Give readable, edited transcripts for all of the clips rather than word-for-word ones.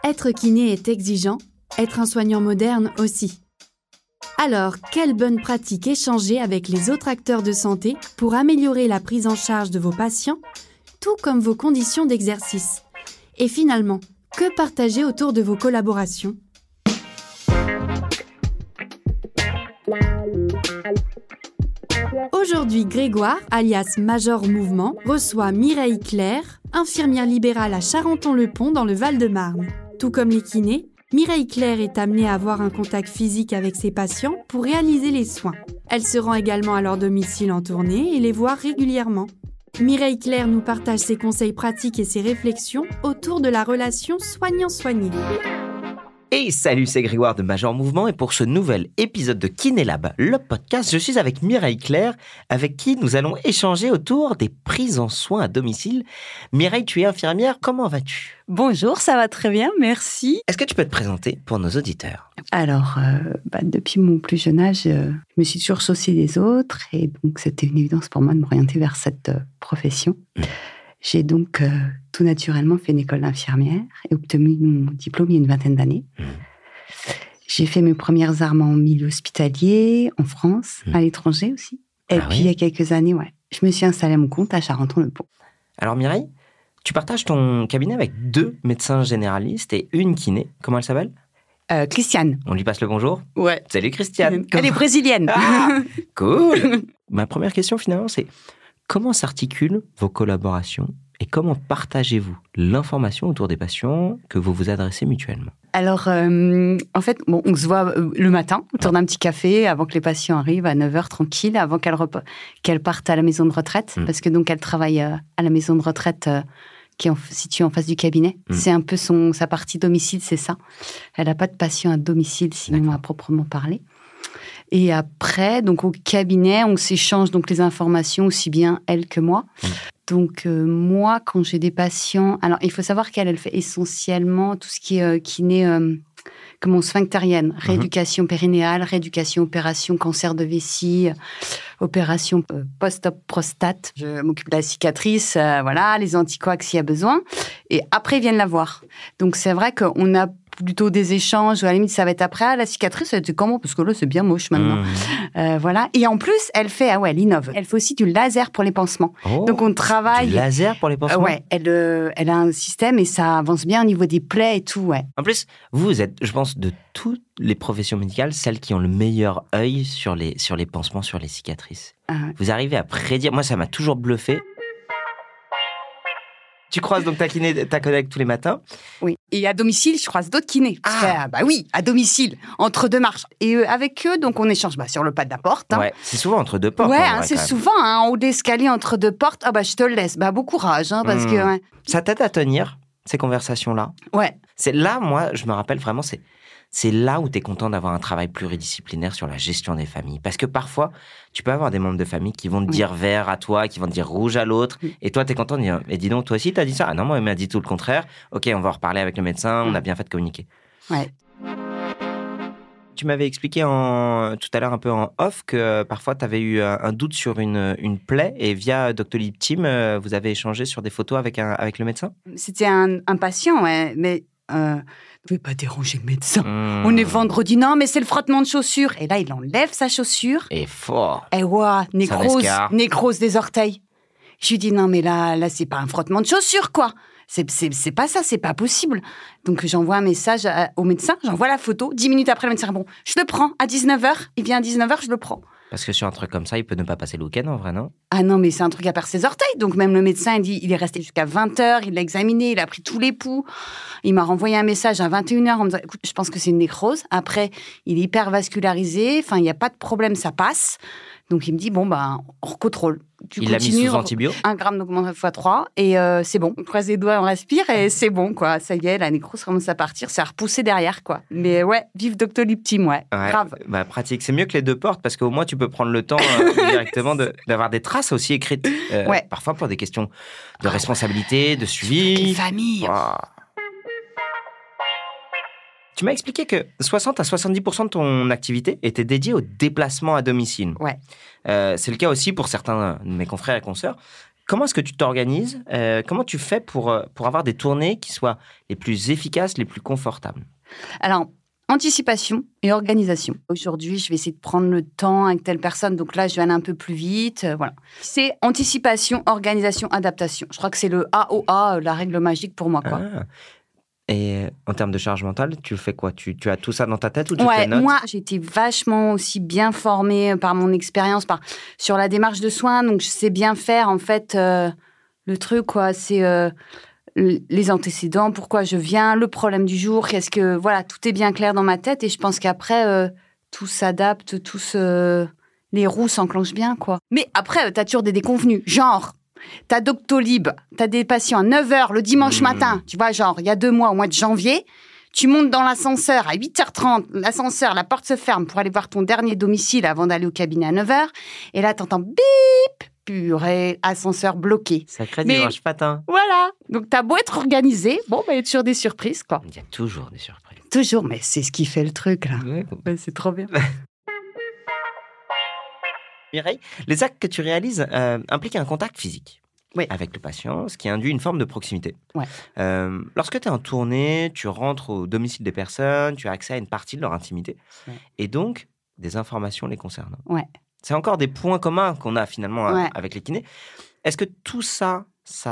Être kiné est exigeant, être un soignant moderne aussi. Alors, quelles bonnes pratiques échanger avec les autres acteurs de santé pour améliorer la prise en charge de vos patients, tout comme vos conditions d'exercice? Et finalement, que partager autour de vos collaborations? Aujourd'hui, Grégoire, alias Major Mouvement, reçoit Mireille Claire, infirmière libérale à Charenton-le-Pont dans le Val-de-Marne. Tout comme les kinés, Mireille Claire est amenée à avoir un contact physique avec ses patients pour réaliser les soins. Elle se rend également à leur domicile en tournée et les voit régulièrement. Mireille Claire nous partage ses conseils pratiques et ses réflexions autour de la relation soignant-soigné. Et salut, c'est Grégoire de Major Mouvement et pour ce nouvel épisode de Kinélab, le podcast, je suis avec Mireille Claire, avec qui nous allons échanger autour des prises en soins à domicile. Mireille, tu es infirmière, comment vas-tu ? Bonjour, ça va très bien, merci. Est-ce que tu peux te présenter pour nos auditeurs ? Alors, depuis mon plus jeune âge, je me suis toujours souciée des autres et donc c'était une évidence pour moi de m'orienter vers cette profession. J'ai donc tout naturellement fait une école d'infirmière et obtenu mon diplôme il y a une vingtaine d'années. J'ai fait mes premières armes en milieu hospitalier, en France, à l'étranger aussi. Et puis, il y a quelques années, je me suis installée à mon compte à Charenton-le-Pont. Alors Mireille, tu partages ton cabinet avec 2 médecins généralistes et une kiné. Comment elle s'appelle ? Christiane. On lui passe le bonjour ? Ouais. Salut Christiane. Elle est brésilienne. Ah, cool. Ma première question finalement, c'est comment s'articulent vos collaborations et comment partagez-vous l'information autour des patients que vous vous adressez mutuellement ? Alors, en fait, on se voit le matin autour d'un petit café avant que les patients arrivent à 9h tranquille, avant qu'elle parte à la maison de retraite, parce que donc elle travaille à la maison de retraite qui est située en face du cabinet. C'est un peu sa partie domicile, c'est ça. Elle n'a pas de patients à domicile, sinon à proprement parler. Et après, donc au cabinet, on s'échange donc les informations, aussi bien elle que moi. Donc moi, quand j'ai des patients... Alors, il faut savoir qu'elle fait essentiellement tout ce qui est kiné sphinctérienne, rééducation périnéale, rééducation, opération, cancer de vessie, opération post-op prostate. Je m'occupe de la cicatrice, les anticoax s'il y a besoin. Et après, ils viennent la voir. Donc c'est vrai qu'on a plutôt des échanges, ou à la limite, ça va être après. La cicatrice, elle était comment ? Parce que là, c'est bien moche maintenant. Et en plus, elle fait, elle innove. Elle fait aussi du laser pour les pansements. Oh, donc, on travaille... Du laser pour les pansements ? Elle a un système et ça avance bien au niveau des plaies et tout, En plus, vous êtes, je pense, de toutes les professions médicales, celles qui ont le meilleur œil sur les pansements, sur les cicatrices. Vous arrivez à prédire... Moi, ça m'a toujours bluffé. Tu croises donc ta collègue tous les matins. Oui. Et à domicile, je croise d'autres kinés. Oui, à domicile, entre 2 marches. Et avec eux, donc on échange sur le pas de la porte. Ouais, c'est souvent entre 2 portes. C'est souvent en haut d'escalier entre 2 portes. Je te le laisse. Bon courage, parce que... Ça t'aide à tenir ces conversations-là. Ouais. C'est là, moi, je me rappelle vraiment, c'est là où tu es content d'avoir un travail pluridisciplinaire sur la gestion des familles. Parce que parfois, tu peux avoir des membres de famille qui vont te dire vert à toi, qui vont te dire rouge à l'autre. Et toi, tu es content de dire, et dis donc, toi aussi, tu as dit ça ? Ah non, moi, elle m'a dit tout le contraire. Ok, on va en reparler avec le médecin, on a bien fait de communiquer. Ouais. Tu m'avais expliqué tout à l'heure un peu en off que parfois, tu avais eu un doute sur une plaie et via Doctolib Team, vous avez échangé sur des photos avec le médecin ? C'était un patient, mais... Ne pouvez pas déranger le médecin. On est vendredi. Non, mais c'est le frottement de chaussures. Et là, il enlève sa chaussure. Et fort. Et nécrose des orteils. Je lui dis, non, mais là, c'est pas un frottement de chaussures, quoi. C'est pas ça, c'est pas possible. Donc, j'envoie un message au médecin, j'envoie la photo. 10 minutes après, le médecin répond, je le prends à 19h. Il vient à 19h, je le prends. Parce que sur un truc comme ça, il peut ne pas passer le week-end, en vrai, non ? Ah non, mais c'est un truc à perdre ses orteils. Donc même le médecin, il est resté jusqu'à 20h, il l'a examiné, il a pris tous les pouls. Il m'a renvoyé un message à 21h en me disant, écoute, je pense que c'est une nécrose. Après, il est hyper vascularisé, il n'y a pas de problème, ça passe. Donc il me dit, on recontrôle. Il l'a mis sous antibio ? 1 gramme d'augmentation x3 et c'est bon. On croise les doigts, on respire et c'est bon, quoi. Ça y est, la nécrose commence à partir, c'est à repousser derrière, quoi. Mais vive Doctolib Team, grave. Pratique. C'est mieux que les 2 portes parce qu'au moins tu peux prendre le temps directement d'avoir des traces aussi écrites. Parfois pour des questions de responsabilité, de suivi. Les familles. Tu m'as expliqué que 60 à 70% de ton activité était dédiée au déplacement à domicile. Ouais. C'est le cas aussi pour certains de mes confrères et consoeurs. Comment est-ce que tu t'organises ? Comment tu fais pour avoir des tournées qui soient les plus efficaces, les plus confortables ? Alors, anticipation et organisation. Aujourd'hui, je vais essayer de prendre le temps avec telle personne. Donc là, je vais aller un peu plus vite. Voilà. C'est anticipation, organisation, adaptation. Je crois que c'est le AOA, la règle magique pour moi, quoi. Ah. Et en termes de charge mentale, tu fais quoi ? Tu as tout ça dans ta tête ou tu te notes ? Moi, j'ai été vachement aussi bien formée par mon expérience, sur la démarche de soins. Donc, je sais bien faire, en fait, le truc, quoi. C'est les antécédents, pourquoi je viens, le problème du jour, voilà, tout est bien clair dans ma tête. Et je pense qu'après, tout s'adapte, les roues s'enclenchent bien, quoi. Mais après, t'as toujours des déconvenus, genre... T'as Doctolib, t'as des patients à 9h le dimanche matin, tu vois, genre, il y a 2 mois, au mois de janvier, tu montes dans l'ascenseur à 8h30, l'ascenseur, la porte se ferme pour aller voir ton dernier domicile avant d'aller au cabinet à 9h, et là, t'entends bip, purée, ascenseur bloqué. Sacré dimanche matin. Voilà, donc t'as beau être organisé, il y a toujours des surprises, quoi. Il y a toujours des surprises. Toujours, mais c'est ce qui fait le truc, là. Ouais, c'est trop bien. Mireille, les actes que tu réalises impliquent un contact physique avec le patient, ce qui induit une forme de proximité. Ouais. Lorsque tu es en tournée, tu rentres au domicile des personnes, tu as accès à une partie de leur intimité et donc des informations les concernant. Ouais. C'est encore des points communs qu'on a finalement avec les kinés. Est-ce que tout ça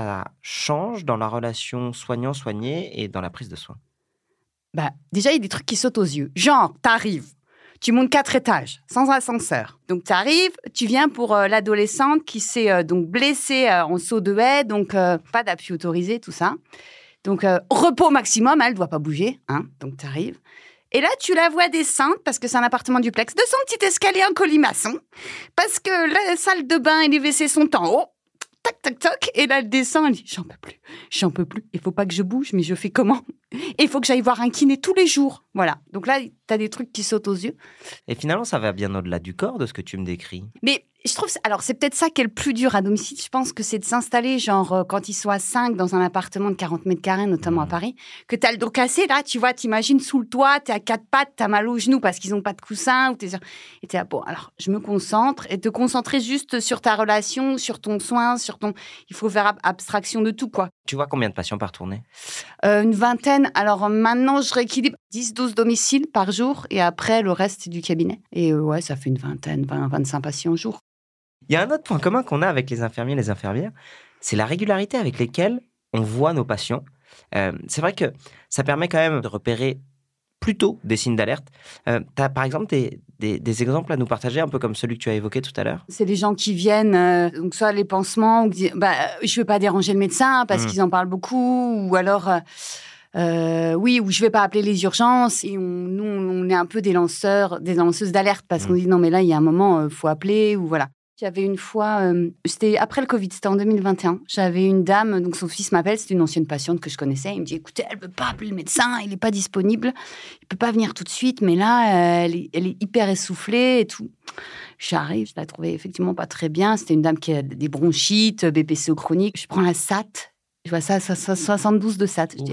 change dans la relation soignant-soigné et dans la prise de soins ? Déjà, il y a des trucs qui sautent aux yeux. Genre, t'arrives. Tu montes 4 étages, sans ascenseur. Donc, tu arrives, tu viens pour l'adolescente qui s'est donc blessée en saut de haie, donc pas d'appui autorisé, tout ça. Donc, repos maximum, elle ne doit pas bouger. Hein, donc, tu arrives. Et là, tu la vois descendre, parce que c'est un appartement duplex, de son petit escalier en colimaçon, parce que la salle de bain et les WC sont en haut. Tac, tac, tac. Et là, elle descend, elle dit, j'en peux plus. Il faut pas que je bouge, mais je fais comment ? Et il faut que j'aille voir un kiné tous les jours. Voilà. Donc là, tu as des trucs qui sautent aux yeux. Et finalement, ça va bien au-delà du corps de ce que tu me décris. Mais je trouve, alors c'est peut-être ça qui est le plus dur à domicile. Je pense que c'est de s'installer, genre, quand ils sont à 5 dans un appartement de 40 mètres carrés, notamment à Paris, que tu as le dos cassé, là, tu vois, t'imagines sous le toit, tu es à 4 pattes, tu as mal aux genoux parce qu'ils n'ont pas de coussin. Et tu es là, bon, alors, je me concentre et te concentrer juste sur ta relation, sur ton soin, il faut faire abstraction de tout, quoi. Tu vois combien de patients par tournée ? Une vingtaine. Alors maintenant, je rééquilibre 10-12 domiciles par jour et après, le reste, c'est du cabinet. Et ça fait une vingtaine, 20-25 patients au jour. Il y a un autre point commun qu'on a avec les infirmiers et les infirmières, c'est la régularité avec laquelle on voit nos patients. C'est vrai que ça permet quand même de repérer plus tôt des signes d'alerte. Tu as par exemple des exemples à nous partager, un peu comme celui que tu as évoqué tout à l'heure ? C'est les gens qui viennent, donc soit les pansements, ou je ne veux pas déranger le médecin parce qu'ils en parlent beaucoup, ou alors, ou je ne vais pas appeler les urgences. Et nous, on est un peu des lanceuses d'alerte parce qu'on dit non, mais là, il y a un moment, il faut appeler, ou voilà. J'avais une fois, c'était après le Covid, c'était en 2021. J'avais une dame, donc son fils m'appelle, c'était une ancienne patiente que je connaissais. Il me dit, écoutez, elle ne veut pas appeler le médecin, il n'est pas disponible, il ne peut pas venir tout de suite, mais là, elle est hyper essoufflée et tout. J'arrive, je la trouvais effectivement pas très bien. C'était une dame qui a des bronchites, BPCO chronique. Je prends la SAT, je vois ça, 72 de SAT. Je dis,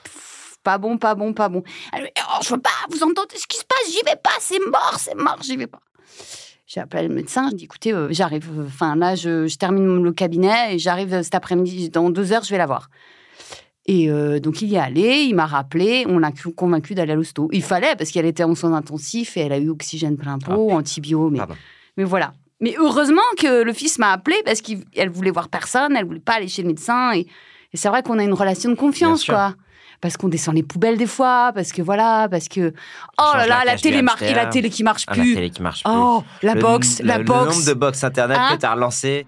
pas bon. Elle me dit, je veux pas, vous entendez ce qui se passe, j'y vais pas, c'est mort, j'y vais pas. J'ai appelé le médecin, je dis écoutez, j'arrive, là, je termine le cabinet et j'arrive cet après-midi, dans 2 heures, je vais la voir. Et donc, il y est allé, il m'a rappelé, on l'a convaincu d'aller à l'hosto. Il fallait, parce qu'elle était en soins intensifs et elle a eu oxygène plein pot, antibio, mais voilà. Mais heureusement que le fils m'a appelé parce qu'elle voulait voir personne, elle voulait pas aller chez le médecin. Et c'est vrai qu'on a une relation de confiance, quoi. Parce qu'on descend les poubelles des fois, parce que... Oh là là, la télé qui marche plus. La télé qui marche plus. Oh, la box. Le nombre de box internet que tu as relancé.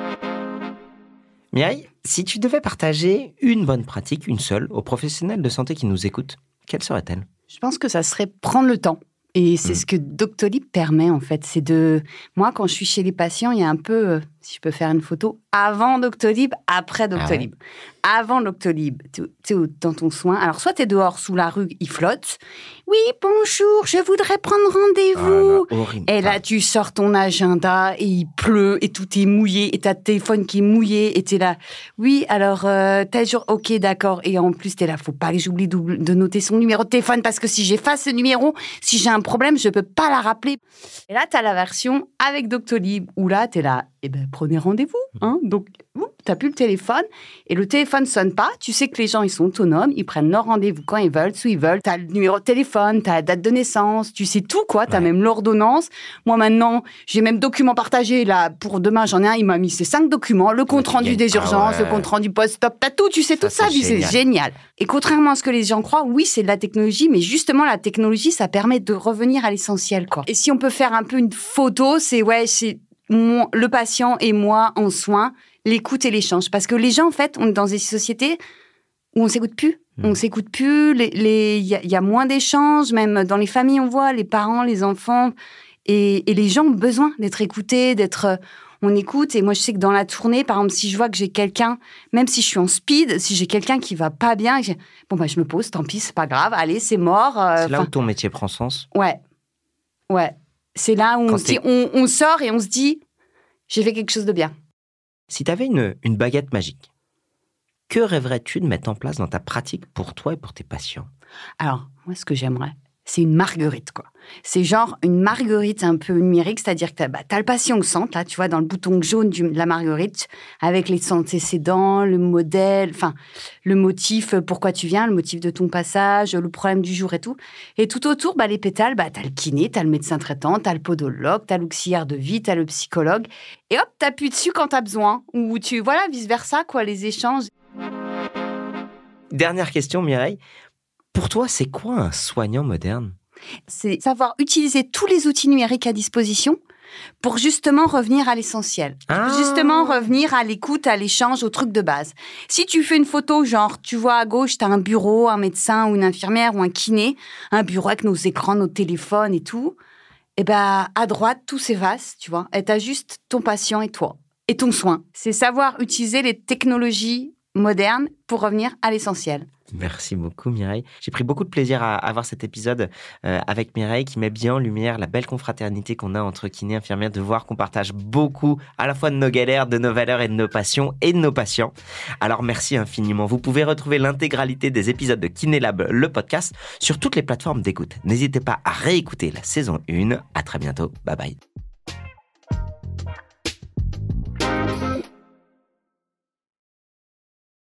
Mireille, si tu devais partager une bonne pratique, une seule, aux professionnels de santé qui nous écoutent, quelle serait-elle ? Je pense que ça serait prendre le temps. Et c'est ce que Doctolib permet, en fait. Moi, quand je suis chez les patients, il y a un peu, si je peux faire une photo, avant Doctolib, après Doctolib. Avant Doctolib, tu es dans ton soin. Alors, soit tu es dehors, sous la rue, il flotte. Oui, bonjour, je voudrais prendre rendez-vous. Horrible. Et là, tu sors ton agenda et il pleut et tout est mouillé et t'as le téléphone qui est mouillé et t'es là. Oui, alors, tel jour, ok, d'accord. Et en plus, t'es là, faut pas que j'oublie de noter son numéro de téléphone parce que si j'efface ce numéro, si j'ai un problème, je peux pas la rappeler. Et là, t'as la version avec Doctolib où là, t'es là. eh ben, prenez rendez-vous. Hein. Donc, tu n'as plus le téléphone et le téléphone ne sonne pas. Tu sais que les gens, ils sont autonomes. Ils prennent leur rendez-vous quand ils veulent, où ils veulent. Tu as le numéro de téléphone, tu as la date de naissance, tu sais tout, quoi. Tu as même l'ordonnance. Moi, maintenant, j'ai même documents partagés. Là, pour demain, j'en ai un. Il m'a mis ces 5 documents. Le compte-rendu des urgences, le compte-rendu post-op. Tu as tout. Tu sais tout ça. C'est génial. Et contrairement à ce que les gens croient, oui, c'est de la technologie. Mais justement, la technologie, ça permet de revenir à l'essentiel, quoi. Et si on peut faire un peu une photo, c'est le patient et moi en soins, l'écoute et l'échange. Parce que les gens, en fait, on est dans des sociétés où on ne s'écoute plus. On ne s'écoute plus. Il y a moins d'échanges. Même dans les familles, on voit les parents, les enfants. Et les gens ont besoin d'être écoutés, on écoute. Et moi, je sais que dans la tournée, par exemple, si je vois que j'ai quelqu'un, même si je suis en speed, si j'ai quelqu'un qui ne va pas bien, je me pose, tant pis, c'est pas grave. Allez, c'est mort. C'est là où ton métier prend sens. Ouais. C'est là où on sort et on se dit, j'ai fait quelque chose de bien. Si tu avais une baguette magique, que rêverais-tu de mettre en place dans ta pratique pour toi et pour tes patients ? Alors, moi, ce que j'aimerais, c'est une marguerite, quoi. C'est genre une marguerite un peu numérique, c'est-à-dire que t'as le patient au centre, là, tu vois, dans le bouton jaune de la marguerite, avec les antécédents, le modèle, enfin, le motif, pourquoi tu viens, le motif de ton passage, le problème du jour et tout. Et tout autour, les pétales, t'as le kiné, t'as le médecin traitant, t'as le podologue, t'as l'auxiliaire de vie, t'as le psychologue. Et hop, t'appuies dessus quand t'as besoin. Ou vice-versa, quoi, les échanges. Dernière question, Mireille. Pour toi, c'est quoi un soignant moderne ? C'est savoir utiliser tous les outils numériques à disposition pour justement revenir à l'essentiel. Justement revenir à l'écoute, à l'échange, au truc de base. Si tu fais une photo, genre, tu vois à gauche, tu as un bureau, un médecin ou une infirmière ou un kiné, un bureau avec nos écrans, nos téléphones et tout, et à droite, tout s'efface, tu vois. Et tu as juste ton patient et toi. Et ton soin. C'est savoir utiliser les technologies modernes pour revenir à l'essentiel. Merci beaucoup, Mireille. J'ai pris beaucoup de plaisir à avoir cet épisode avec Mireille qui met bien en lumière la belle confraternité qu'on a entre kinés et infirmières, de voir qu'on partage beaucoup à la fois de nos galères, de nos valeurs et de nos passions et de nos patients. Alors, merci infiniment. Vous pouvez retrouver l'intégralité des épisodes de KinéLab, le podcast, sur toutes les plateformes d'écoute. N'hésitez pas à réécouter la saison 1. À très bientôt. Bye bye.